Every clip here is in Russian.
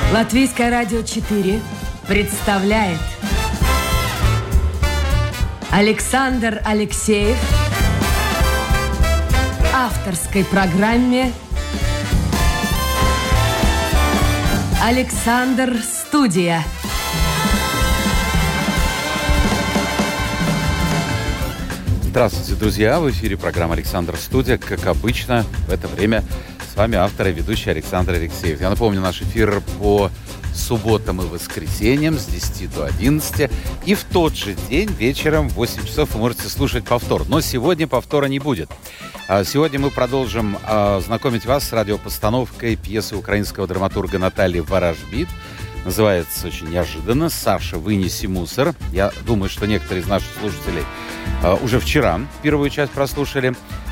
Латвийское радио 4 представляет Александр Алексеев в авторской программе «Александр Студия». Здравствуйте, друзья! В эфире программа «Александр Студия». Как обычно, в это время с вами автор и ведущий Александр Алексеев. Я напомню, наш эфир по субботам и воскресеньям с 10 до 11. И в тот же день вечером в 8 часов вы можете слушать повтор. Но сегодня повтора не будет. Сегодня мы продолжим знакомить вас с радиопостановкой пьесы украинского драматурга Натальи Ворожбит. Называется очень неожиданно «Саша, вынеси мусор». Я думаю, что некоторые из наших слушателей уже вчера первую часть прослушали.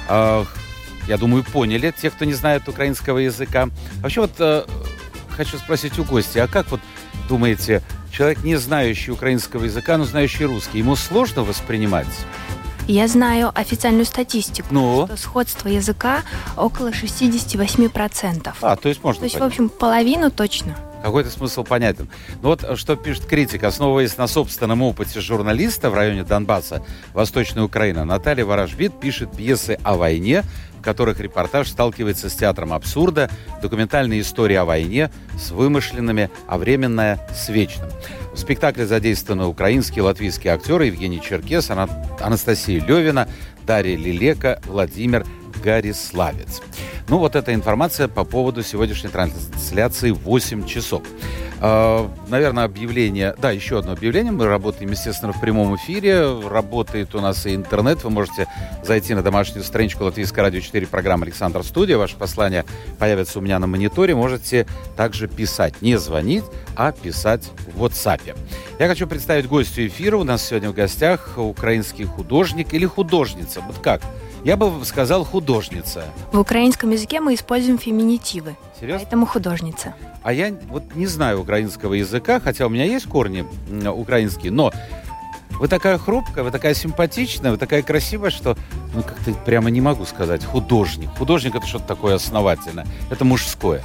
Я думаю, поняли, те, кто не знает украинского языка. Вообще вот хочу спросить у гостя, а как вот думаете, человек, не знающий украинского языка, но знающий русский, ему сложно воспринимать? Я знаю официальную статистику, что сходство языка около 68%. То есть можно. То есть, в общем, половину точно. Какой-то смысл понятен. Но вот что пишет критик, основываясь на собственном опыте журналиста в районе Донбасса, Восточной Украины, Наталья Ворожбит пишет пьесы о войне, в которых репортаж сталкивается с театром абсурда, документальные истории о войне с вымышленными, а временное с вечным. В спектакле задействованы украинские и латвийские актеры Евгений Черкес, Анастасия Левина, Дарья Лилека, Владимир Гориславец. Ну, вот эта информация по поводу сегодняшней трансляции в 8 часов. Наверное, объявление... Да, еще одно объявление. Мы работаем, естественно, в прямом эфире. Работает у нас и интернет. Вы можете зайти на домашнюю страничку Латвийское радио 4, программа «Александр Студия». Ваше послание появится у меня на мониторе. Можете также писать. Не звонить, а писать в WhatsApp. Я хочу представить гостю эфира. У нас сегодня в гостях украинский художник или художница. Вот как? Я бы сказал художница. В украинском языке мы используем феминитивы. Серьезно? Поэтому художница. А я вот не знаю украинского языка, хотя у меня есть корни украинские, но вы такая хрупкая, вы такая симпатичная, вы такая красивая, что как-то прямо не могу сказать художник. Художник — это что-то такое основательное. Это мужское.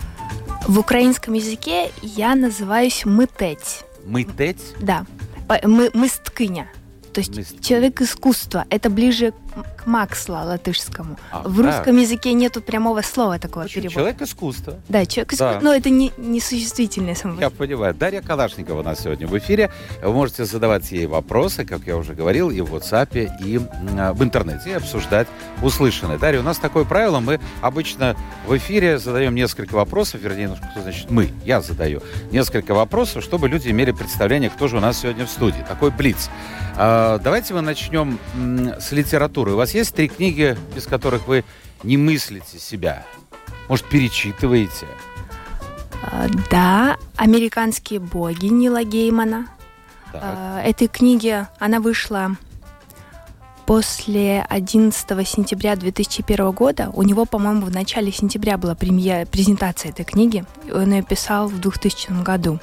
В украинском языке я называюсь митець. Митець? Да. Мисткиня. То есть человек искусства. Это ближе к макслу латышскому. В русском языке нету прямого слова такого перевода. Человек искусства. Да, человек искусства. Но это не существительное само. Я понимаю. Дарья Калашникова у нас сегодня в эфире. Вы можете задавать ей вопросы, как я уже говорил, и в WhatsApp, и в интернете, и обсуждать услышанное. Дарья, у нас такое правило. Мы обычно в эфире задаем несколько вопросов. Вернее, что значит мы? Я задаю несколько вопросов, чтобы люди имели представление, кто же у нас сегодня в студии. Такой блиц. Давайте мы начнем с литературы. У вас есть 3 книги, без которых вы не мыслите себя? Может, перечитываете? Да, «Американские боги» Нила Геймана. Этой книги, она вышла после 11 сентября 2001 года. У него, по-моему, в начале сентября была презентация этой книги. Он ее писал в 2000 году.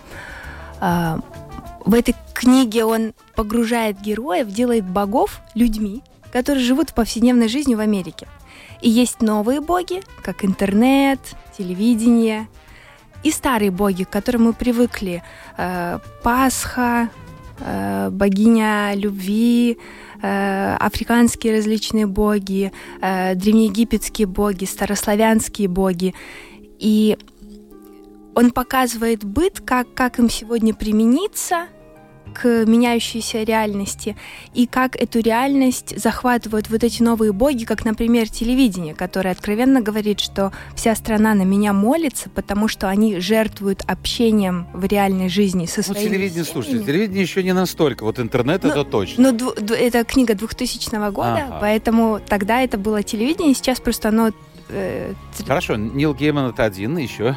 В этой книге он погружает героев, делает богов людьми, которые живут в повседневной жизни в Америке. И есть новые боги, как интернет, телевидение, и старые боги, к которым мы привыкли. Пасха, богиня любви, африканские различные боги, древнеегипетские боги, старославянские боги. И он показывает быт, как им сегодня примениться к меняющейся реальности, и как эту реальность захватывают вот эти новые боги, как, например, телевидение, которое откровенно говорит, что вся страна на меня молится, потому что они жертвуют общением в реальной жизни со своими телевидение, семьями. слушайте, телевидение еще не настолько, вот интернет это точно. Но это книга 2000 года, поэтому тогда это было телевидение, сейчас просто оно... Хорошо, Нил Гейман — это один, еще...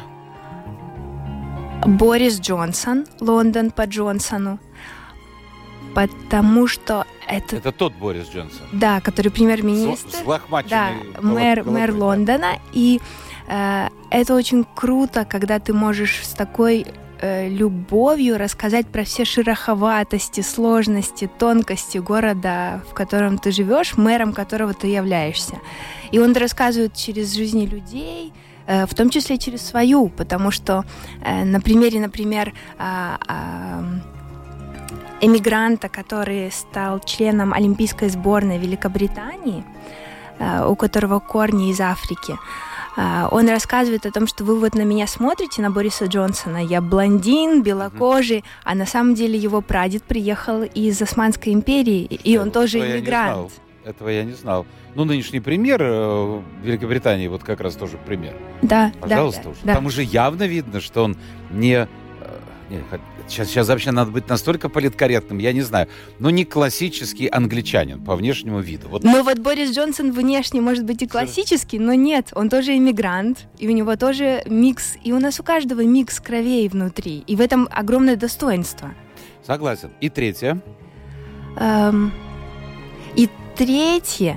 Борис Джонсон, «Лондон по Джонсону», потому что это... Это тот Борис Джонсон? Да, который премьер-министр. С лохмаченной мэр Лондона. И это очень круто, когда ты можешь с такой любовью рассказать про все шероховатости, сложности, тонкости города, в котором ты живешь, мэром которого ты являешься. И он рассказывает через жизни людей, в том числе через свою, потому что на примере, например, эмигранта, который стал членом олимпийской сборной Великобритании, у которого корни из Африки, он рассказывает о том, что вы вот на меня смотрите, на Бориса Джонсона, я блондин, белокожий, а на самом деле его прадед приехал из Османской империи, и он тоже иммигрант. Этого я не знал. Ну, нынешний пример Великобритании вот как раз тоже пример. Да, пожалуйста, да. Там уже явно видно, что он не... Сейчас вообще надо быть настолько политкорректным, я не знаю. Но не классический англичанин по внешнему виду. Вот. Ну вот Борис Джонсон внешне может быть и классический, но нет, он тоже иммигрант, и у него тоже микс, и у нас у каждого микс кровей внутри, и в этом огромное достоинство. Согласен. И третье? И третье,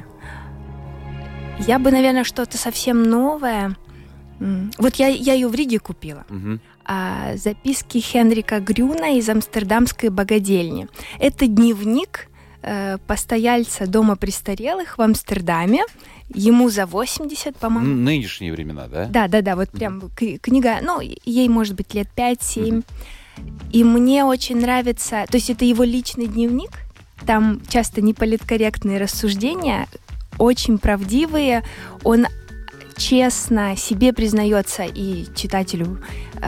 я бы, наверное, что-то совсем новое. Вот я ее в Риге купила. Записки Хенрика Грюна из амстердамской богадельни. Это дневник постояльца дома престарелых в Амстердаме. Ему за 80, по-моему. Нынешние времена, да? Да, вот прям книга, ну, ей может быть лет 5-7. И мне очень нравится, то есть это его личный дневник, там часто неполиткорректные рассуждения, очень правдивые, он честно себе признается и читателю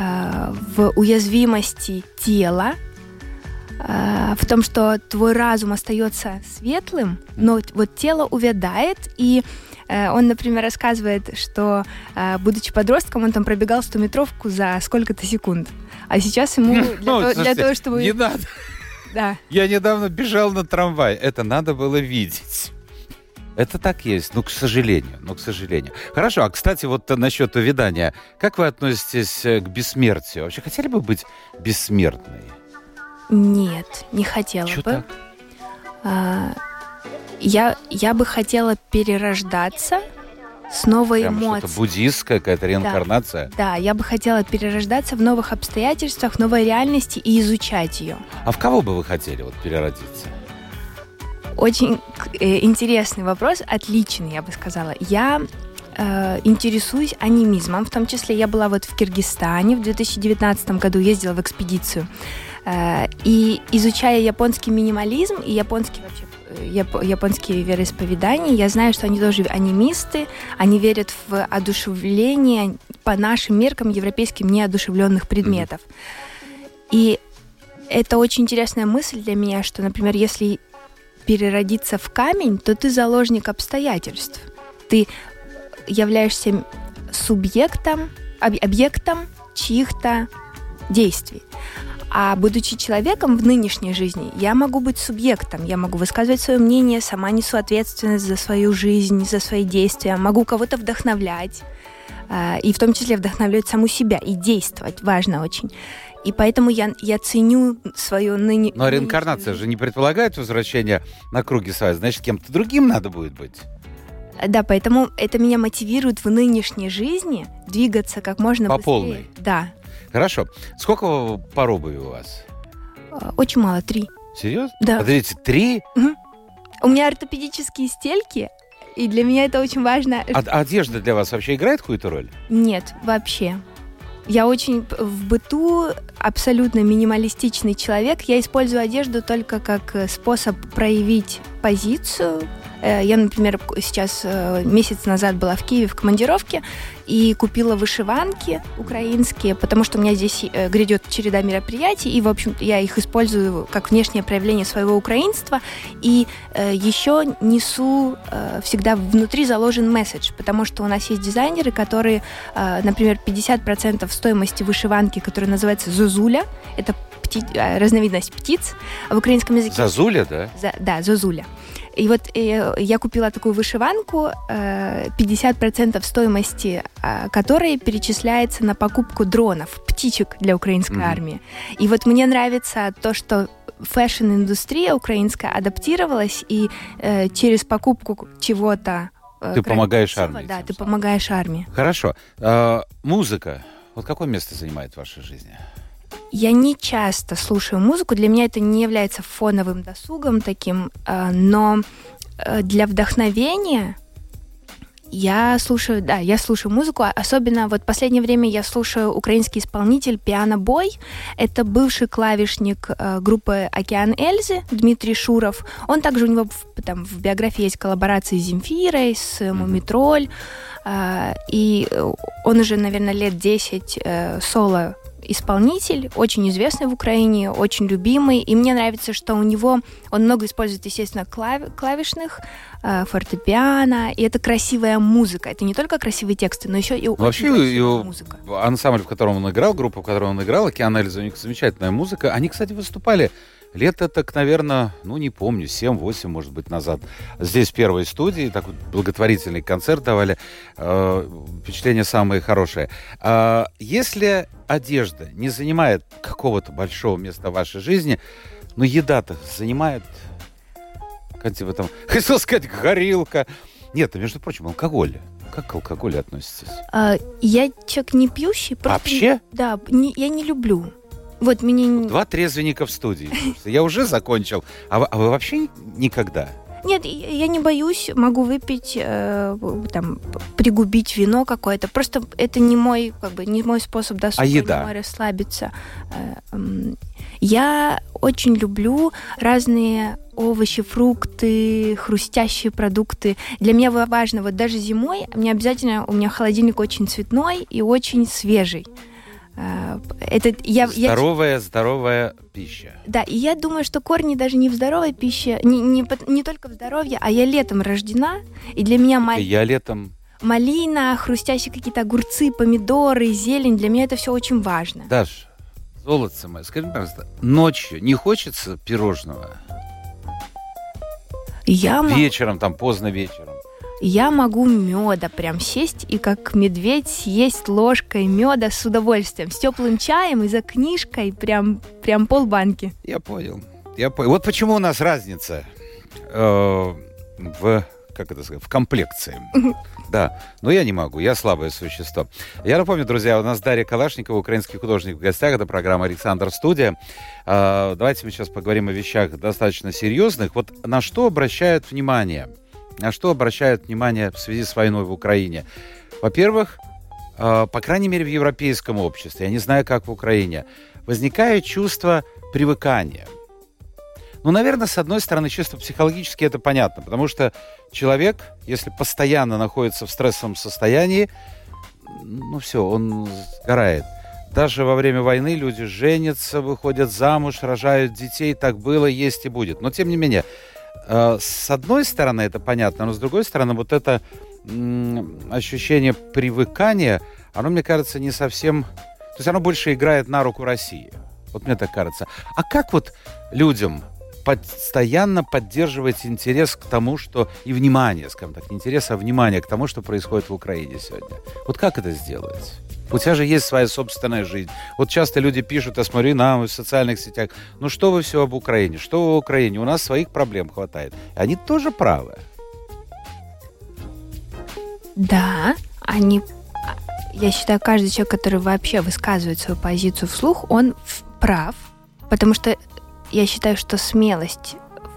в уязвимости тела, в том, что твой разум остается светлым, но вот тело увядает, и он, например, рассказывает, что, будучи подростком, он там пробегал 100-метровку за сколько-то секунд, а сейчас ему для того, чтобы... Не надо. Да. Я недавно бежал на трамвай, это надо было видеть. Это так есть, но к сожалению. Хорошо, а, кстати, вот насчет увядания. Как вы относитесь к бессмертию? Вообще хотели бы быть бессмертной? Нет, не хотела Чё бы. Так? Я бы хотела перерождаться с новой Прям эмоцией. что-то буддистская какая-то реинкарнация? Да, я бы хотела перерождаться в новых обстоятельствах, новой реальности и изучать ее. А в кого бы вы хотели вот переродиться? Очень интересный вопрос, отличный, я бы сказала. Я интересуюсь анимизмом, в том числе я была вот в Киргизстане в 2019 году, ездила в экспедицию. И изучая японский минимализм и японские вероисповедания, я знаю, что они тоже анимисты, они верят в одушевление по нашим меркам европейским неодушевленных предметов. И это очень интересная мысль для меня, что, например, если переродиться в камень, то ты заложник обстоятельств. Ты являешься субъектом, объектом чьих-то действий. А будучи человеком в нынешней жизни, я могу быть субъектом, я могу высказывать свое мнение, сама несу ответственность за свою жизнь, за свои действия, могу кого-то вдохновлять, и в том числе вдохновлять саму себя, и действовать, важно очень. И поэтому я ценю свое нынешнее... Но реинкарнация же не предполагает возвращение на круги своя, значит, кем-то другим надо будет быть. Да, поэтому это меня мотивирует в нынешней жизни двигаться как можно по быстрее. полной. Да. Хорошо. Сколько пар обуви у вас? Очень мало, 3. Серьезно? Да. Подождите, 3? Угу. У меня ортопедические стельки, и для меня это очень важно. А одежда для вас вообще играет какую-то роль? Нет, вообще. Я очень в быту абсолютно минималистичный человек. Я использую одежду только как способ проявить позицию. Я, например, сейчас месяц назад была в Киеве в командировке и купила вышиванки украинские, потому что у меня здесь грядет череда мероприятий, и, в общем, я их использую как внешнее проявление своего украинства. И еще несу, всегда внутри заложен месседж, потому что у нас есть дизайнеры, которые, например, 50% стоимости вышиванки, которая называется зозуля, это разновидность птиц в украинском языке. Зозуля, да? Да, зозуля. И вот я купила такую вышиванку, 50% стоимости которой перечисляется на покупку дронов, птичек для украинской армии. И вот мне нравится то, что фэшн-индустрия украинская адаптировалась, и через покупку чего-то... Ты помогаешь армии. Да, ты помогаешь армии. Хорошо. Музыка. Вот какое место занимает в вашей жизни? Я не часто слушаю музыку, для меня это не является фоновым досугом таким, но для вдохновения Я слушаю музыку, особенно вот в последнее время я слушаю украинский исполнитель Пиано Бой. Это бывший клавишник группы «Океан Эльзы» Дмитрий Шуров. Он также, у него в биографии есть коллаборации с Земфирой, с Мумитроль, и он уже, наверное, лет 10 соло-исполнитель, очень известный в Украине, очень любимый, и мне нравится, что он много использует, естественно, клавишных, фортепиано, и это красивая музыка. Это не только красивые тексты, но еще и очень красивая музыка. Ансамбль, в котором он играл, группа, в которой он играл, «Океан Эльзы», у них замечательная музыка. Они, кстати, выступали лет так, наверное, не помню, 7-8, может быть, назад. Здесь в первой студии такой благотворительный концерт давали. Впечатления самые хорошие. Если одежда не занимает какого-то большого места в вашей жизни, но еда-то занимает... Хотел сказать, горилка. Нет, между прочим, алкоголь. Как к алкоголю относитесь? Я человек не пьющий. Вообще? Да, я не люблю. Вот мне... 2 трезвенника в студии. Я уже закончил. А вы вообще никогда? Нет, я не боюсь, могу выпить, пригубить вино какое-то. Просто это не мой способ досуга, расслабиться. Я очень люблю разные овощи, фрукты, хрустящие продукты. Для меня важно, вот даже зимой, у меня холодильник очень цветной и очень свежий. Здоровая пища. Да, и я думаю, что корни даже не в здоровой пище, не только в здоровье, а я летом рождена, и для меня малина, хрустящие какие-то огурцы, помидоры, зелень, для меня это все очень важно. Даш, золотце мое, скажи, пожалуйста, ночью не хочется пирожного? Вечером, поздно вечером. Я могу меда прям сесть и как медведь съесть ложкой меда с удовольствием, с теплым чаем и за книжкой прям полбанки. Я понял. Вот почему у нас разница в комплекции. Да, но я не могу, я слабое существо. Я напомню, друзья, у нас Дарья Калашникова, украинский художник, в гостях. Это программа «Александр Студия». Давайте мы сейчас поговорим о вещах достаточно серьезных. Вот на что обращают внимание? На что обращают внимание в связи с войной в Украине? Во-первых, по крайней мере, в европейском обществе, я не знаю, как в Украине, возникает чувство привыкания. Наверное, с одной стороны, чисто психологически это понятно, потому что человек, если постоянно находится в стрессовом состоянии, все, он сгорает. Даже во время войны люди женятся, выходят замуж, рожают детей, так было, есть и будет. Но, тем не менее, с одной стороны, это понятно, но с другой стороны, вот это ощущение привыкания, оно, мне кажется, не совсем... То есть оно больше играет на руку России. Вот мне так кажется. А как вот людям постоянно поддерживать интерес к тому, что... И внимание, скажем так, не интерес, а внимание к тому, что происходит в Украине сегодня? Вот как это сделать? У тебя же есть своя собственная жизнь. Вот часто люди пишут, я смотрю нам в социальных сетях, что вы все об Украине, что вы в Украине, у нас своих проблем хватает. И они тоже правы. Да, я считаю, каждый человек, который вообще высказывает свою позицию вслух, он прав, потому что я считаю, что смелость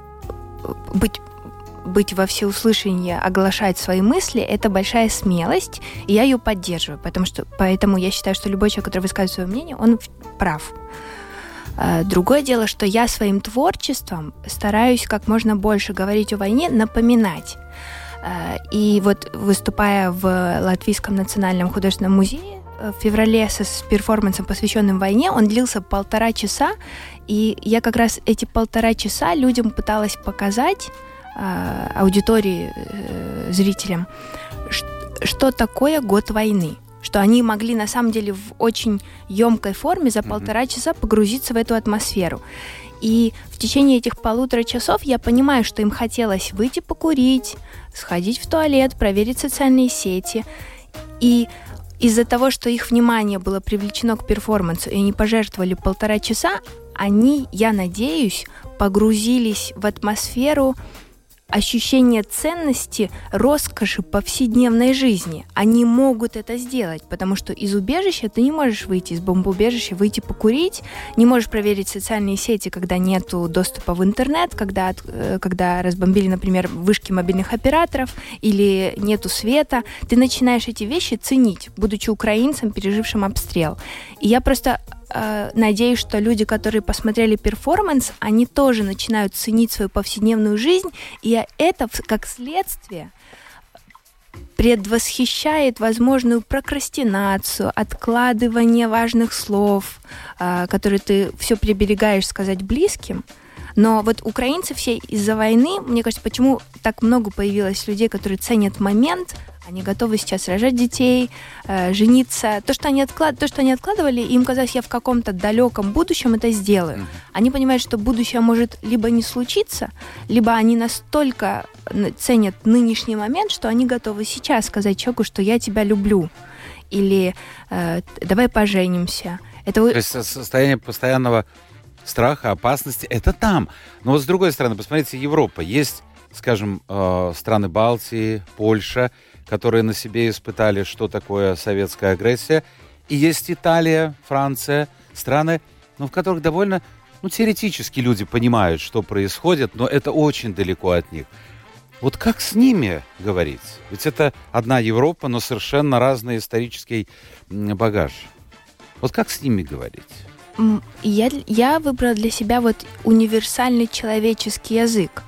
быть во всеуслышание, оглашать свои мысли, это большая смелость, и я ее поддерживаю, поэтому я считаю, что любой человек, который высказывает свое мнение, он прав. Другое дело, что я своим творчеством стараюсь как можно больше говорить о войне, напоминать. И вот выступая в Латвийском национальном художественном музее в феврале с перформансом, посвященным войне, он длился 1,5 часа, и я как раз эти 1,5 часа людям пыталась показать, аудитории, зрителям, что такое год войны, что они могли на самом деле в очень емкой форме за 1,5 часа погрузиться в эту атмосферу. И в течение этих 1,5 часов я понимаю, что им хотелось выйти покурить, сходить в туалет, проверить социальные сети. И из-за того, что их внимание было привлечено к перформансу, и они пожертвовали 1,5 часа, они, я надеюсь, погрузились в атмосферу ощущение ценности, роскоши повседневной жизни. Они могут это сделать, потому что из убежища ты не можешь выйти, из бомбоубежища выйти покурить, не можешь проверить социальные сети, когда нету доступа в интернет, когда разбомбили, например, вышки мобильных операторов или нету света. Ты начинаешь эти вещи ценить, будучи украинцем, пережившим обстрел. И я просто надеюсь, что люди, которые посмотрели перформанс, они тоже начинают ценить свою повседневную жизнь, и это, как следствие, предвосхищает возможную прокрастинацию, откладывание важных слов, которые ты все приберегаешь сказать близким. Но вот украинцы все из-за войны, мне кажется, почему так много появилось людей, которые ценят момент, они готовы сейчас рожать детей, жениться. То, что они откладывали, им казалось, я в каком-то далеком будущем это сделаю. Они понимают, что будущее может либо не случиться, либо они настолько ценят нынешний момент, что они готовы сейчас сказать человеку, что я тебя люблю. Или давай поженимся. То есть состояние постоянного страха, опасности, это там. Но вот с другой стороны, посмотрите, Европа. Есть, скажем, страны Балтии, Польша, которые на себе испытали, что такое советская агрессия. И есть Италия, Франция, страны, в которых довольно, теоретически люди понимают, что происходит, но это очень далеко от них. Вот как с ними говорить? Ведь это одна Европа, но совершенно разный исторический багаж. Вот как с ними говорить? Я выбрала для себя вот универсальный человеческий язык.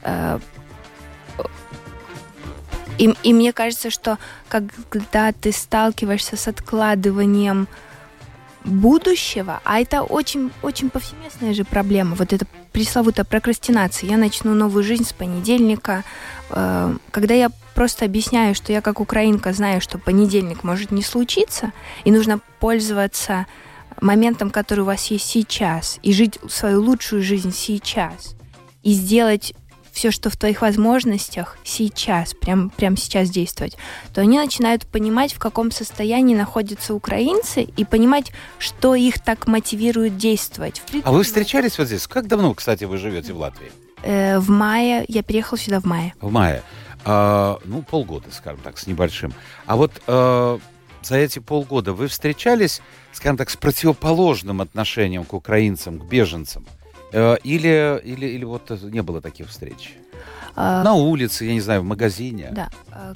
И мне кажется, что когда ты сталкиваешься с откладыванием будущего, а это очень, очень повсеместная же проблема, вот эта пресловутая прокрастинация. Я начну новую жизнь с понедельника. Когда я просто объясняю, что я как украинка знаю, что понедельник может не случиться, и нужно пользоваться моментом, который у вас есть сейчас, и жить свою лучшую жизнь сейчас, и сделать все, что в твоих возможностях сейчас, прям сейчас действовать, то они начинают понимать, в каком состоянии находятся украинцы, и понимать, что их так мотивирует действовать. А вы встречались вот здесь? Как давно, кстати, вы живете в Латвии? В мае. Я переехала сюда в мае. В мае. Полгода, скажем так, с небольшим. А вот за эти полгода вы встречались, скажем так, с противоположным отношением к украинцам, к беженцам? Или вот не было таких встреч? На улице, я не знаю, в магазине? Да.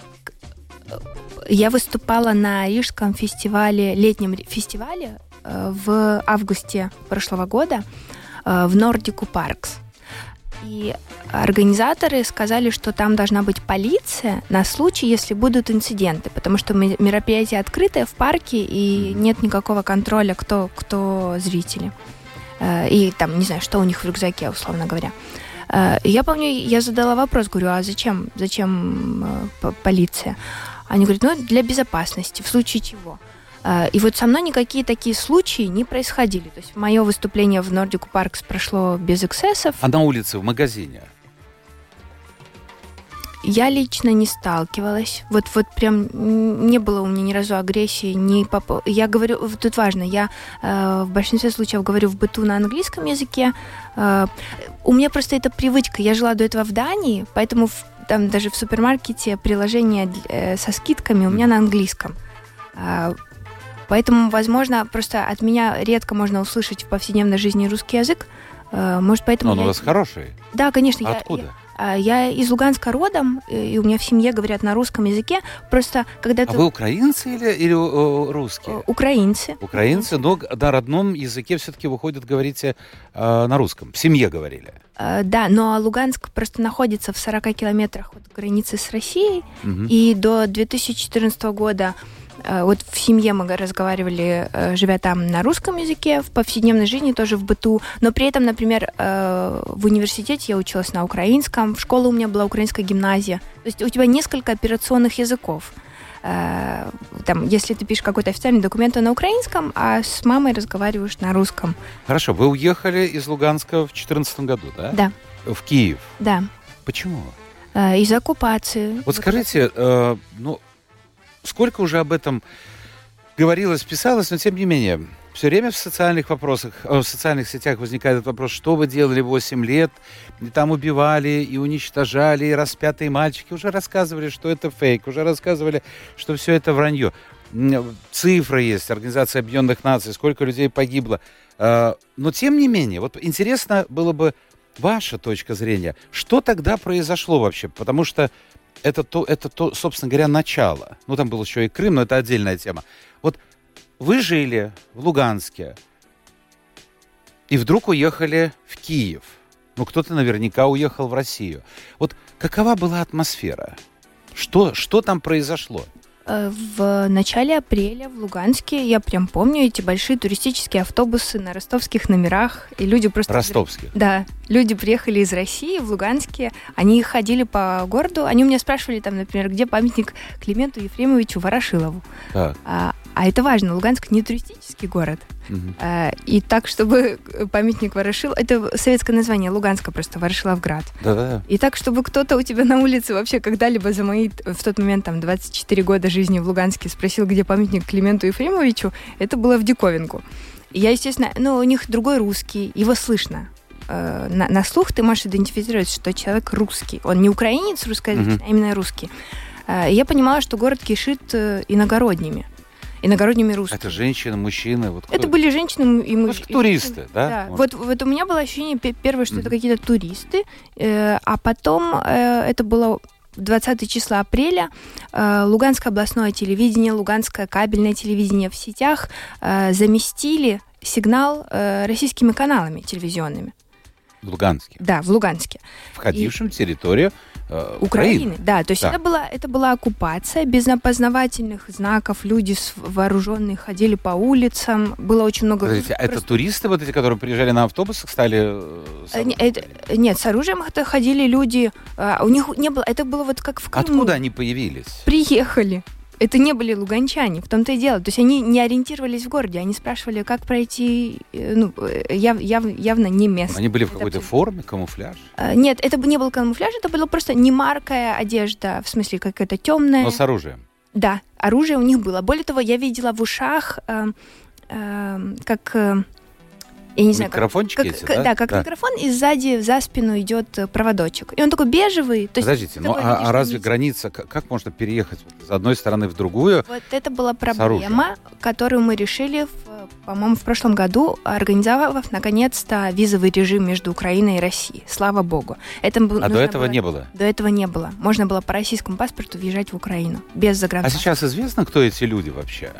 Я выступала на Рижском фестивале, летнем фестивале в августе прошлого года в Nordic Parks. И организаторы сказали, что там должна быть полиция на случай, если будут инциденты, потому что мероприятие открытое в парке, и нет никакого контроля, кто зрители. И там, не знаю, что у них в рюкзаке, условно говоря. Я помню, я задала вопрос, говорю, а зачем полиция? Они говорят, для безопасности, в случае чего. И вот со мной никакие такие случаи не происходили. То есть мое выступление в Nordic Parks прошло без эксцессов. А на улице, в магазине? Я лично не сталкивалась. Вот прям не было у меня ни разу агрессии. Я говорю, тут важно, я в большинстве случаев говорю в быту на английском языке. У меня просто это привычка. Я жила до этого в Дании, поэтому там даже в супермаркете приложение со скидками у меня на английском. Поэтому, возможно, просто от меня редко можно услышать в повседневной жизни русский язык. Может, поэтому. Но он у вас хороший? Да, конечно. Откуда? Я из Луганска родом, и у меня в семье говорят на русском языке. Просто когда вы украинцы или русские? Украинцы. Украинцы, но на родном языке все-таки, выходит, говорите на русском. В семье говорили. Да, но Луганск просто находится в 40 километрах от границы с Россией. И до 2014 года вот в семье мы разговаривали, живя там, на русском языке, в повседневной жизни тоже в быту, но при этом, например, в университете я училась на украинском, в школе у меня была украинская гимназия. То есть у тебя несколько операционных языков. Там, если ты пишешь какой-то официальный документ, то на украинском, а с мамой разговариваешь на русском. Хорошо, вы уехали из Луганска в 2014 году, да? Да. В Киев? Да. Почему? Из-за оккупации. Вот скажите, сколько уже об этом говорилось, писалось, но тем не менее, все время в социальных сетях возникает этот вопрос, что вы делали 8 лет, и там убивали, и уничтожали, и распятые мальчики. Уже рассказывали, что это фейк, уже рассказывали, что все это вранье. Цифры есть, Организация Объединенных Наций, сколько людей погибло. Но тем не менее, вот интересно было бы ваша точка зрения. Что тогда произошло вообще? Потому что это, собственно говоря, начало. Ну, там был еще и Крым, но это отдельная тема. Вот вы жили в Луганске и вдруг уехали в Киев. Ну, кто-то наверняка уехал в Россию. Вот какова была атмосфера? Что там произошло? В начале апреля в Луганске, я прям помню, эти большие туристические автобусы на ростовских номерах. И люди просто... Ростовских? Да. Люди приехали из России в Луганске, они ходили по городу, они у меня спрашивали, там, например, где памятник Клименту Ефремовичу Ворошилову. Так. А это важно, Луганск не туристический город. Угу. И так, чтобы памятник Ворошилову... Это советское название Луганска просто, Ворошиловград. Да-да. И так, чтобы кто-то у тебя на улице вообще когда-либо за мои, в тот момент, там, 24 года жизни в Луганске спросил, где памятник Клименту Ефремовичу, это было в диковинку. И я, естественно... у них другой русский, его слышно. На слух ты можешь идентифицировать, что человек русский. Он не украинец русскоязычный, а именно русский. И я понимала, что город кишит иногородними русскими. Это женщины, мужчины? Вот это были женщины и мужчины. Туристы, да? Вот у меня было ощущение первое, что это какие-то туристы, а потом это было 20 числа апреля. Луганское областное телевидение, Луганское кабельное телевидение в сетях заместили сигнал российскими каналами телевизионными. В Луганске? Да, в Луганске. Входившим в территорию Украины. Да, то есть это была оккупация, без опознавательных знаков, люди вооруженные ходили по улицам, было очень много... Подождите, это туристы, вот эти, которые приезжали на автобусах, стали... Нет, с оружием ходили люди, у них не было, это было вот как в Крыму. Откуда они появились? Приехали. Это не были луганчане, в том-то и дело. То есть они не ориентировались в городе, они спрашивали, как пройти, явно не местные. Они были в какой-то форме, камуфляж? Нет, это не был камуфляж, это была просто немаркая одежда, в смысле какая-то темная. Но с оружием? Да, оружие у них было. Более того, я видела в ушах, как... Я не знаю, микрофончики эти, да? Да, как микрофон, и сзади за спину идет проводочек. И он такой бежевый. Подождите, а разве граница, как можно переехать с одной стороны в другую? Вот это была проблема, которую мы решили, по-моему, в прошлом году, организовав, наконец-то, визовый режим между Украиной и Россией. Слава богу. До этого не было? До этого не было. Можно было по российскому паспорту въезжать в Украину без загранпаспорта. А сейчас известно, кто эти люди вообще?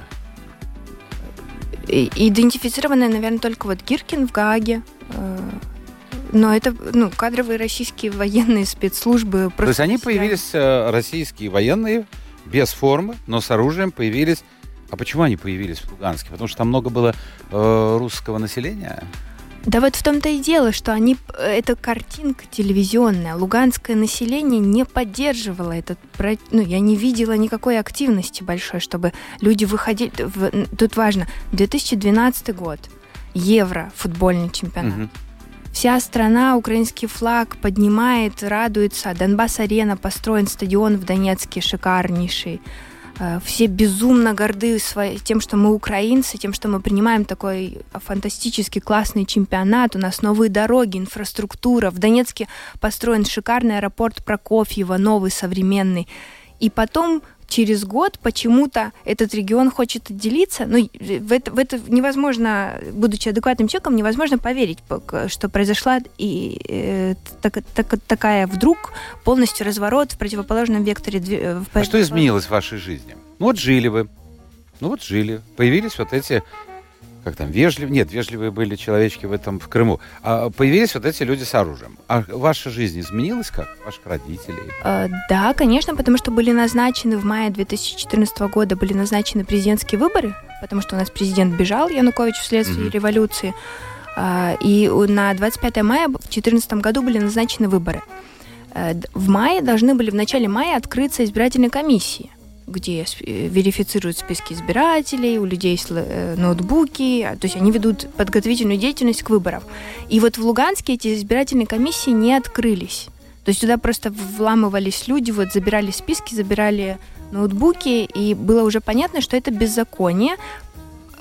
Идентифицированные, наверное, только вот Гиркин в Гааге. Но это кадровые российские военные спецслужбы. То есть они появились, российские военные, без формы, но с оружием появились. А почему они появились в Луганске? Потому что там много было русского населения? Да вот в том-то и дело, что это картинка телевизионная. Луганское население не поддерживало этот проект. Я не видела никакой активности большой, чтобы люди выходили. Тут важно, 2012 год, Евро, футбольный чемпионат. Угу. Вся страна, украинский флаг поднимает, радуется. Донбасс-арена, построен стадион в Донецке шикарнейший. Все безумно горды тем, что мы украинцы, тем, что мы принимаем такой фантастически классный чемпионат. У нас новые дороги, инфраструктура. В Донецке построен шикарный аэропорт Прокофьева, новый, современный. И потом, через год, почему-то этот регион хочет отделиться. В это невозможно, будучи адекватным человеком, невозможно поверить, что произошла такая вдруг полностью разворот в противоположном векторе. А что изменилось в вашей жизни? Вот жили вы. Появились вот эти, вежливые были человечки в Крыму. А появились вот эти люди с оружием. А ваша жизнь изменилась как? Ваших родителей? Да, конечно, потому что были назначены в мае 2014 года президентские выборы, потому что у нас президент бежал, Янукович, вследствие революции. И на 25 мая в 2014 году были назначены выборы. В начале мая открыться избирательные комиссии, где верифицируют списки избирателей, у людей есть ноутбуки, то есть они ведут подготовительную деятельность к выборам. И вот в Луганске эти избирательные комиссии не открылись. То есть туда просто вламывались люди, забирали списки, забирали ноутбуки, и было уже понятно, что это беззаконие.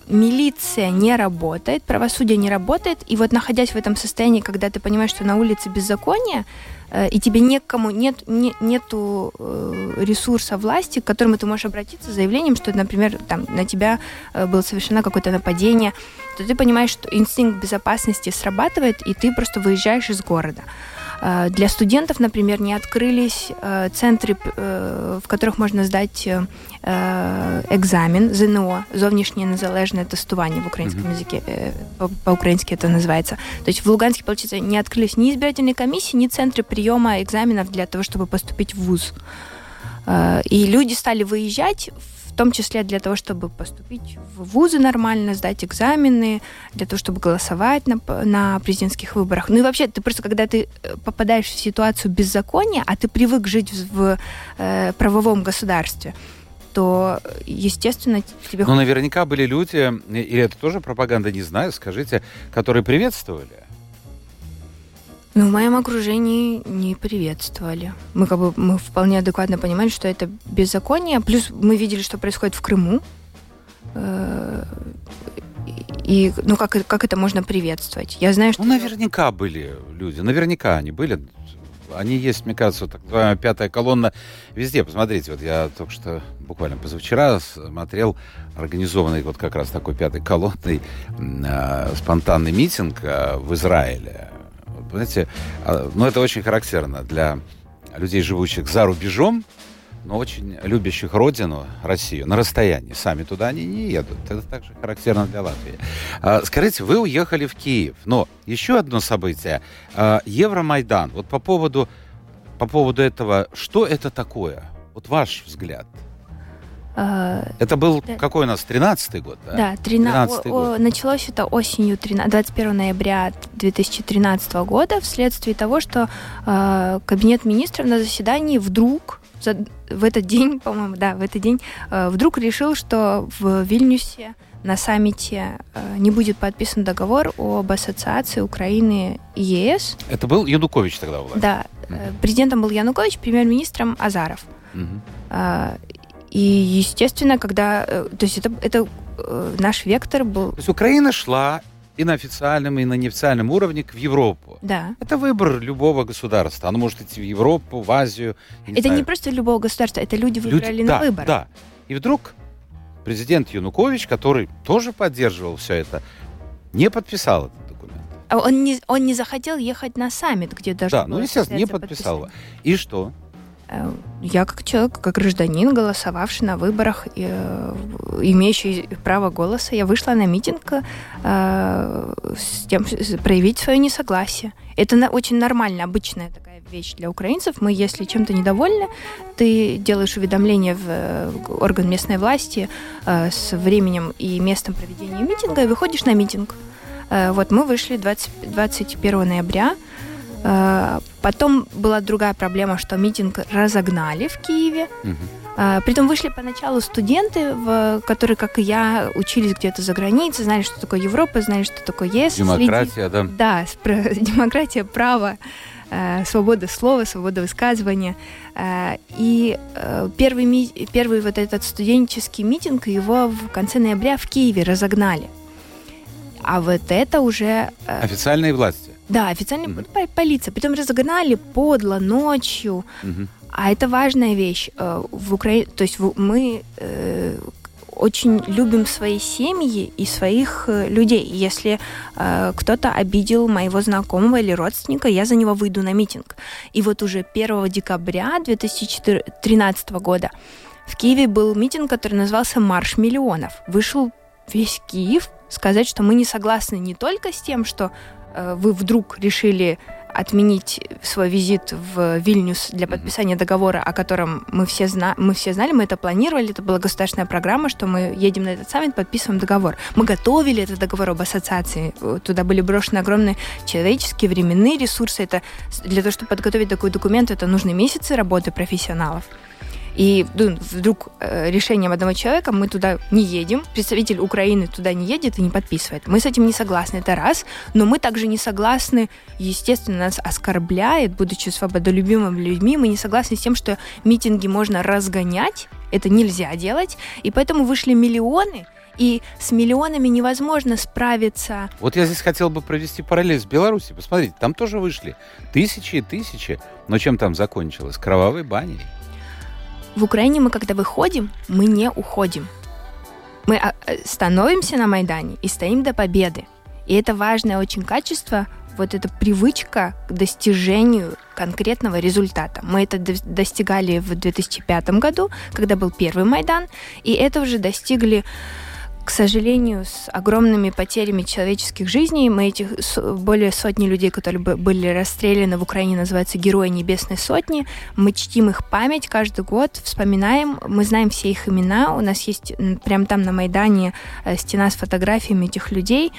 милиция не работает, правосудие не работает, и вот находясь в этом состоянии, когда ты понимаешь, что на улице беззаконие, и тебе нету ресурса власти, к которому ты можешь обратиться с заявлением, что, например, там, на тебя было совершено какое-то нападение, то ты понимаешь, что инстинкт безопасности срабатывает, и ты просто выезжаешь из города. Для студентов, например, не открылись центры, в которых можно сдать экзамен ЗНО, зовнішнє незалежне тестування в украинском языке, по-украински это называется. То есть в Луганске, получается, не открылись ни избирательные комиссии, ни центры приема экзаменов для того, чтобы поступить в вуз. И люди стали выезжать, в том числе для того, чтобы поступить в вузы нормально, сдать экзамены, для того, чтобы голосовать на президентских выборах. Ну и вообще, ты просто, когда ты попадаешь в ситуацию беззакония, а ты привык жить в правовом государстве, то, естественно, тебе... Но наверняка были люди, или это тоже пропаганда, не знаю, скажите, которые приветствовали. Ну, в моем окружении не приветствовали. Мы вполне адекватно понимали, что это беззаконие. Плюс мы видели, что происходит в Крыму. И, ну, как это можно приветствовать? Я знаю, что... Ну, наверняка были люди. Наверняка они были. Они есть, мне кажется, так называемая пятая колонна везде. Посмотрите, вот я только что, буквально позавчера, смотрел организованный вот как раз такой пятой колонной спонтанный митинг в Израиле. Понимаете, ну, это очень характерно для людей, живущих за рубежом, но очень любящих родину, Россию, на расстоянии. Сами туда они не едут. Это также характерно для Латвии. Скажите, вы уехали в Киев, но еще одно событие. Евромайдан. Вот по поводу этого, что это такое? Вот ваш взгляд. Это был, какой у нас, 13-й год, да? Да, 13-й год. Началось это осенью 21 ноября 2013 года вследствие того, что Кабинет министров на заседании вдруг, в этот день, по-моему, да, в этот день, вдруг решил, что в Вильнюсе на саммите не будет подписан договор об ассоциации Украины и ЕС. Это был Янукович тогда у власти? Да, президентом был Янукович, премьер-министром Азаров. И, естественно, когда... То есть это наш вектор был... То есть Украина шла и на официальном, и на неофициальном уровне в Европу. Да. Это выбор любого государства. Оно может идти в Европу, в Азию. Это не просто любого государства, это люди выбрали на выбор. Да. И вдруг президент Янукович, который тоже поддерживал все это, не подписал этот документ. Он не захотел ехать на саммит, где даже... Да, ну, естественно, не подписал его. И что? Я как человек, как гражданин, голосовавший на выборах, имеющий право голоса, я вышла на митинг с тем, проявить свое несогласие. Это очень нормально, обычная такая вещь для украинцев. Мы, если чем-то недовольны, ты делаешь уведомление в орган местной власти с временем и местом проведения митинга и выходишь на митинг. Вот мы вышли 21 ноября. Потом была другая проблема, что митинг разогнали в Киеве. Притом вышли поначалу студенты, которые, как и я, учились где-то за границей, знали, что такое Европа, знали, что такое ЕС. Демократия, да? Да, демократия, право, свобода слова, свобода высказывания. И первый вот этот студенческий митинг, его в конце ноября в Киеве разогнали. А вот это уже... Официальные власти? Да, официальная полиция. Притом разогнали подло, ночью. А это важная вещь. В Украине, то есть мы очень любим свои семьи и своих людей. Если кто-то обидел моего знакомого или родственника, я за него выйду на митинг. И вот уже 1 декабря 2013 года в Киеве был митинг, который назывался «Марш миллионов». Вышел весь Киев сказать, что мы не согласны не только с тем, что вы вдруг решили отменить свой визит в Вильнюс для подписания договора, о котором мы все знали, мы это планировали, это была государственная программа, что мы едем на этот саммит, подписываем договор. Мы готовили этот договор об ассоциации, туда были брошены огромные человеческие, временные ресурсы. Это для того, чтобы подготовить такой документ, это нужны месяцы работы профессионалов. И вдруг решением одного человека мы туда не едем, представитель Украины туда не едет и не подписывает. Мы с этим не согласны, это раз, но мы также не согласны, естественно, нас оскорбляет, будучи свободолюбимыми людьми, мы не согласны с тем, что митинги можно разгонять, это нельзя делать, и поэтому вышли миллионы, и с миллионами невозможно справиться. Вот я здесь хотел бы провести параллель с Беларусью. Посмотрите, там тоже вышли тысячи и тысячи, но чем там закончилось? Кровавой баней. В Украине мы, когда выходим, мы не уходим. Мы становимся на Майдане и стоим до победы. И это важное очень качество, вот эта привычка к достижению конкретного результата. Мы это достигали в 2005 году, когда был первый Майдан, и это уже достигли, к сожалению, с огромными потерями человеческих жизней. Мы этих более сотни людей, которые были расстреляны в Украине, называются Герои Небесной Сотни. Мы чтим их память каждый год, вспоминаем, мы знаем все их имена. У нас есть прямо там на Майдане стена с фотографиями этих людей.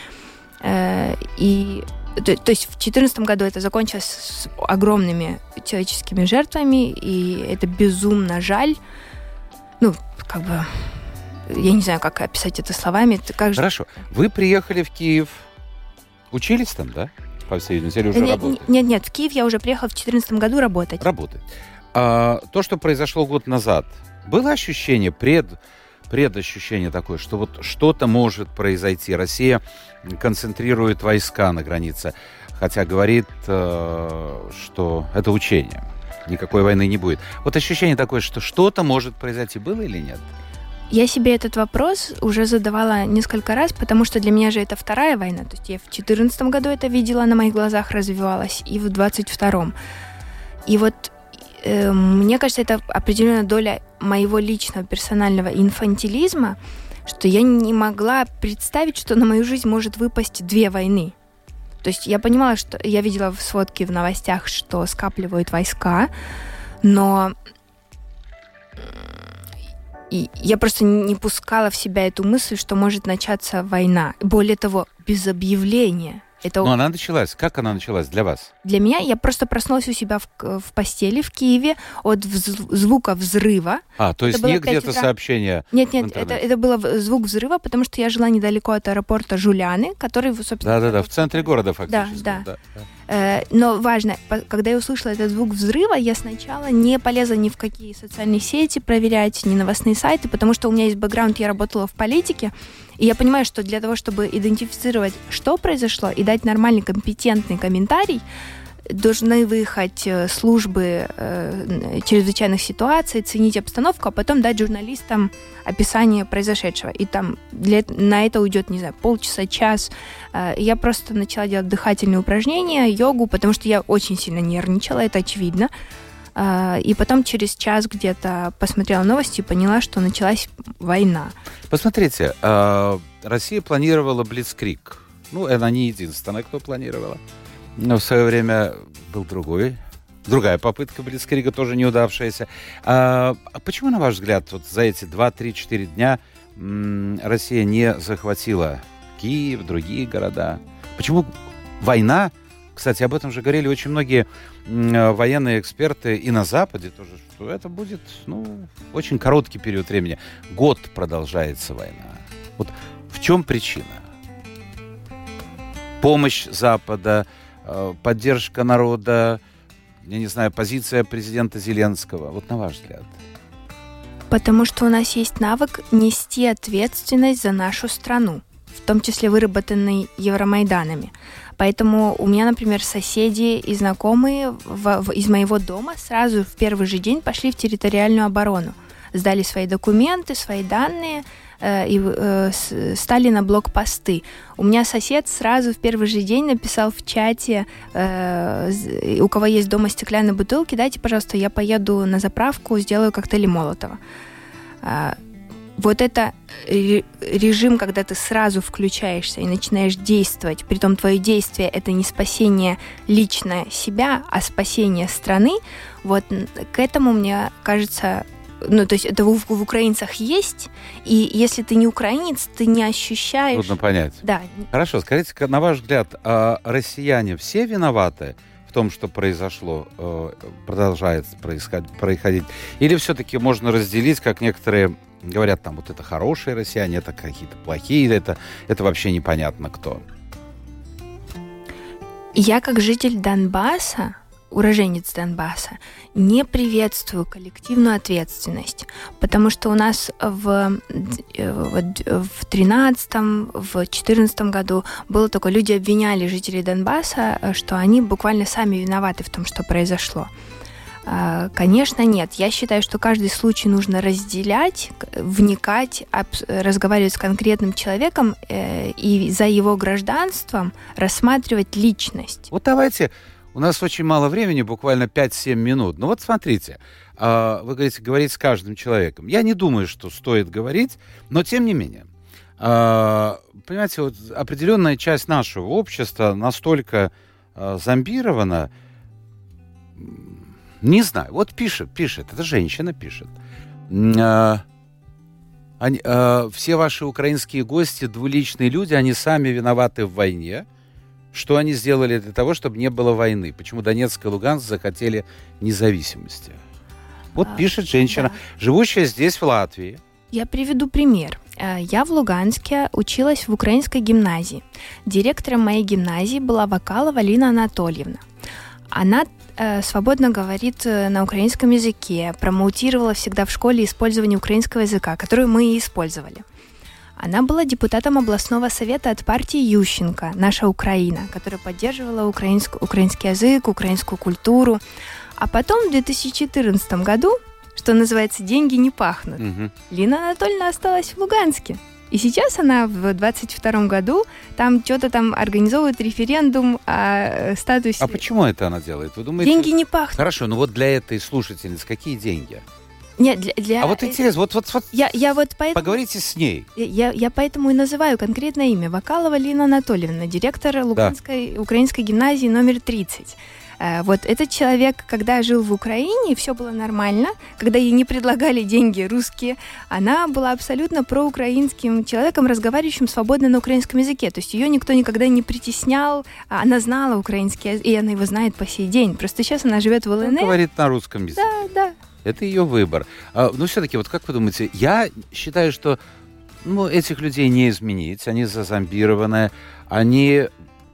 И то есть в 2014 году это закончилось с огромными человеческими жертвами, и это безумно жаль. Ну, как бы, я не знаю, как описать это словами. Хорошо. Вы приехали в Киев. Учились там, да? По всей видимости, или уже работали? Нет, в Киев я уже приехала в 2014 году работать. Работать. То, что произошло год назад, было ощущение, предощущение такое, что вот что-то может произойти. Россия концентрирует войска на границе, хотя говорит, что это учение. Никакой войны не будет. Вот ощущение такое, что что-то может произойти. Было или нет? Я себе этот вопрос уже задавала несколько раз, потому что для меня же это вторая война. То есть я в 2014 году это видела, на моих глазах развивалась, и в 2022. И вот мне кажется, это определенная доля моего личного персонального инфантилизма, что я не могла представить, что на мою жизнь может выпасть 2 войны. То есть я понимала, что я видела в сводке в новостях, что скапливают войска, но я просто не пускала в себя эту мысль, что может начаться война. Более того, без объявления. Но она началась. Как она началась для вас? Для меня я просто проснулась у себя в постели в Киеве от звука взрыва. То есть не где-то сообщение? Нет, это был звук взрыва, потому что я жила недалеко от аэропорта Жуляны, который, собственно... Да, в центре города фактически. Да. Но важно, когда я услышала этот звук взрыва, я сначала не полезла ни в какие социальные сети проверять, ни новостные сайты, потому что у меня есть бэкграунд, я работала в политике, и я понимаю, что для того, чтобы идентифицировать, что произошло, и дать нормальный, компетентный комментарий, должны выехать службы чрезвычайных ситуаций, ценить обстановку, а потом дать журналистам описание произошедшего. И там на это уйдет, не знаю, полчаса, час. Я просто начала делать дыхательные упражнения, йогу, потому что я очень сильно нервничала, это очевидно. И потом через час где-то посмотрела новости и поняла, что началась война. Посмотрите, Россия планировала блицкриг. Она не единственная, кто планировала. Но в свое время был другая попытка блицкрига, тоже неудавшаяся. А почему, на ваш взгляд, вот за эти 2-3-4 дня Россия не захватила Киев, другие города? Почему война, кстати, об этом же говорили очень многие военные эксперты и на Западе тоже, что это будет очень короткий период времени. Год продолжается война. Вот в чем причина? Помощь Запада, поддержка народа, я не знаю, позиция президента Зеленского. Вот на ваш взгляд. Потому что у нас есть навык нести ответственность за нашу страну, в том числе выработанный Евромайданами. Поэтому у меня, например, соседи и знакомые из моего дома сразу в первый же день пошли в территориальную оборону. Сдали свои документы, свои данные и стали на блокпосты. У меня сосед сразу в первый же день написал в чате, у кого есть дома стеклянные бутылки, дайте, пожалуйста, я поеду на заправку, сделаю коктейли Молотова. Вот это режим, когда ты сразу включаешься и начинаешь действовать, притом твое действие — это не спасение лично себя, а спасение страны, вот к этому, мне кажется... то есть это в украинцах есть, и если ты не украинец, ты не ощущаешь... Трудно понять. Да. Хорошо, скажите, на ваш взгляд, россияне все виноваты в том, что произошло, продолжает происходить? Или все-таки можно разделить, как некоторые говорят, там, вот это хорошие россияне, это какие-то плохие, это вообще непонятно кто? Я, как житель Донбасса, уроженец Донбасса, не приветствую коллективную ответственность, потому что у нас в 13-м, в 14-м году было такое, люди обвиняли жителей Донбасса, что они буквально сами виноваты в том, что произошло. Конечно, нет. Я считаю, что каждый случай нужно разделять, вникать, разговаривать с конкретным человеком и за его гражданством рассматривать личность. Вот давайте, у нас очень мало времени, буквально 5-7 минут. Ну вот смотрите, вы говорите, говорить с каждым человеком. Я не думаю, что стоит говорить, но тем не менее. Понимаете, вот определенная часть нашего общества настолько зомбирована. Не знаю, вот пишет, эта женщина пишет. Все ваши украинские гости, двуличные люди, они сами виноваты в войне. Что они сделали для того, чтобы не было войны? Почему Донецк и Луганск захотели независимости? Вот пишет женщина, да, живущая здесь, в Латвии. Я приведу пример. Я в Луганске училась в украинской гимназии. Директором моей гимназии была Вакалова Лина Анатольевна. Она свободно говорит на украинском языке, промоутировала всегда в школе использование украинского языка, который мы и использовали. Она была депутатом областного совета от партии Ющенко «Наша Украина», которая поддерживала украинский язык, украинскую культуру. А потом в 2014 году, что называется, деньги не пахнут, Лина Анатольевна осталась в Луганске. И сейчас она в 22 году там что-то там организовывает референдум о статусе... А почему это она делает? Вы думаете... Деньги не пахнут. Хорошо, но вот для этой слушательницы какие деньги? Нет, для... А вот интересно, вот я вот поэтому... поговорите с ней. Я поэтому и называю конкретное имя. Вакалова Лина Анатольевна, директор Луганской украинской гимназии номер 30. Вот этот человек, когда жил в Украине, все было нормально, когда ей не предлагали деньги русские, она была абсолютно проукраинским человеком, разговаривающим свободно на украинском языке. То есть ее никто никогда не притеснял, она знала украинский язык, и она его знает по сей день. Просто сейчас она живет в ЛНР. Она говорит на русском языке. Да. Это ее выбор. Но все-таки, вот как вы думаете, я считаю, что этих людей не изменить, они зазомбированы, они...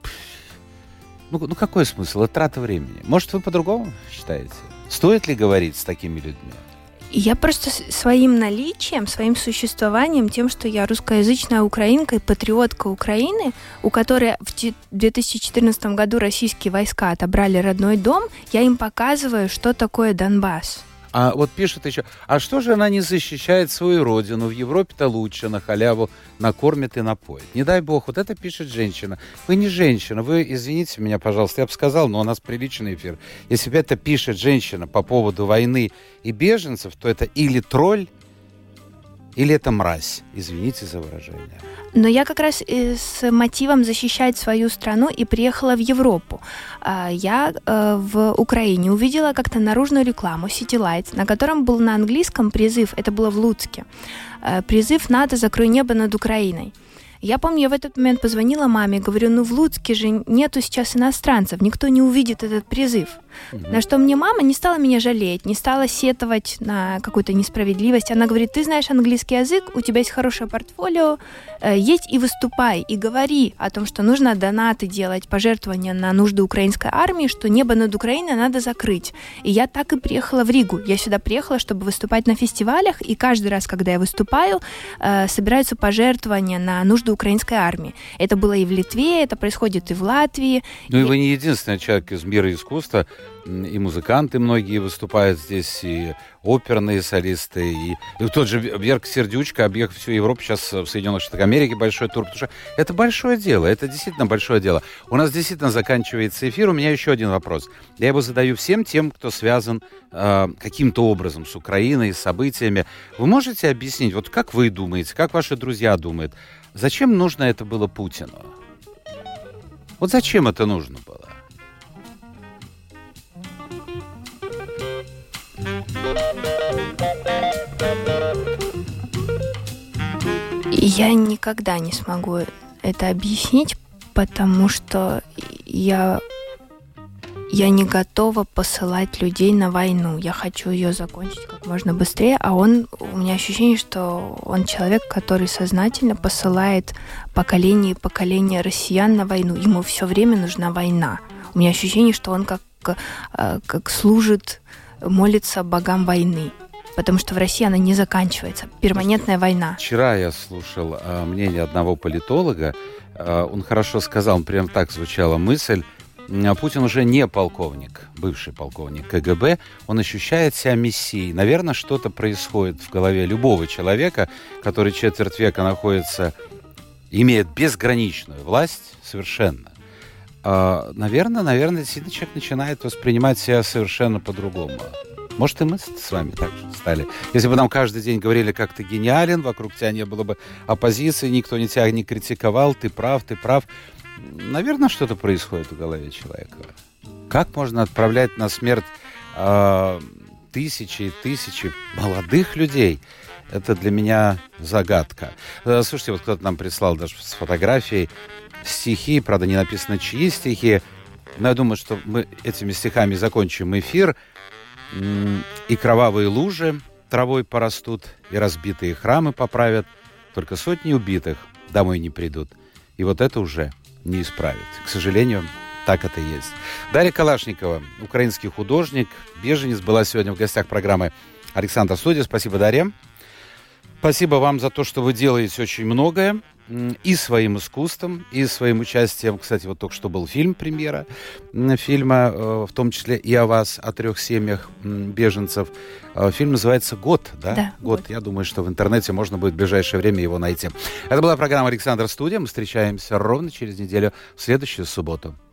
Ну, какой смысл? Это трата времени. Может, вы по-другому считаете? Стоит ли говорить с такими людьми? Я просто своим наличием, своим существованием, тем, что я русскоязычная украинка и патриотка Украины, у которой в 2014 году российские войска отобрали родной дом, я им показываю, что такое Донбасс. А вот пишет еще, а что же она не защищает свою родину? В Европе-то лучше, на халяву накормят и напоят. Не дай бог, вот это пишет женщина. Вы не женщина, вы, извините меня, пожалуйста, я бы сказал, но у нас приличный эфир. Если бы это пишет женщина по поводу войны и беженцев, то это или тролль, или это мразь. Извините за выражение. Но я как раз с мотивом защищать свою страну и приехала в Европу. Я в Украине увидела как-то наружную рекламу City Lights, на котором был на английском призыв, это было в Луцке, призыв «НАТО, закрой небо над Украиной». Я помню, я в этот момент позвонила маме, говорю, в Луцке же нету сейчас иностранцев, никто не увидит этот призыв. На что мне мама не стала меня жалеть, не стала сетовать на какую-то несправедливость. Она говорит, ты знаешь английский язык, у тебя есть хорошее портфолио, едь и выступай, и говори о том, что нужно донаты делать, пожертвования на нужды украинской армии, что небо над Украиной надо закрыть. И я так и приехала в Ригу. Я сюда приехала, чтобы выступать на фестивалях, и каждый раз, когда я выступаю, собираются пожертвования на нужды украинской армии. Это было и в Литве, это происходит и в Латвии. Ну и вы не единственный человек из мира искусства, и музыканты многие выступают здесь, и оперные солисты, и тот же Берг Сердючка, объехав всю Европу, сейчас в Соединенных Штатах Америки большой тур, потому что это большое дело, это действительно большое дело. У нас действительно заканчивается эфир, у меня еще один вопрос. Я его задаю всем тем, кто связан каким-то образом с Украиной, с событиями. Вы можете объяснить, вот как вы думаете, как ваши друзья думают, зачем нужно это было Путину? Вот зачем это нужно было? Я никогда не смогу это объяснить, потому что я не готова посылать людей на войну. Я хочу ее закончить как можно быстрее, а у меня ощущение, что он человек, который сознательно посылает поколение и поколение россиян на войну. Ему все время нужна война. У меня ощущение, что он как как служит, молится богам войны. Потому что в России она не заканчивается. Перманентная война. Вчера я слушал мнение одного политолога. Он хорошо сказал, прям так звучала мысль. Путин уже не полковник, бывший полковник КГБ. Он ощущает себя мессией. Наверное, что-то происходит в голове любого человека, который четверть века находится, имеет безграничную власть совершенно. Наверное, действительно человек начинает воспринимать себя совершенно по-другому. Может, и мы с вами так же стали. Если бы нам каждый день говорили, как ты гениален, вокруг тебя не было бы оппозиции, никто тебя не критиковал, ты прав. Наверное, что-то происходит в голове человека. Как можно отправлять на смерть тысячи и тысячи молодых людей? Это для меня загадка. Слушайте, вот кто-то нам прислал даже с фотографией стихи, правда, не написано, чьи стихи, но я думаю, что мы этими стихами закончим эфир. И кровавые лужи травой порастут, и разбитые храмы поправят, только сотни убитых домой не придут. И вот это уже не исправить. К сожалению, так это и есть. Дарья Калашникова, украинский художник, беженец, была сегодня в гостях программы «Александр Студия». Спасибо, Дарья. Спасибо вам за то, что вы делаете очень многое. И своим искусством, и своим участием. Кстати, вот только что был фильм, премьера фильма, в том числе и о вас, о 3 семьях беженцев. Фильм называется «Год», да? Да, «Год». Я думаю, что в интернете можно будет в ближайшее время его найти. Это была программа «Александр Студия». Мы встречаемся ровно через неделю, в следующую субботу.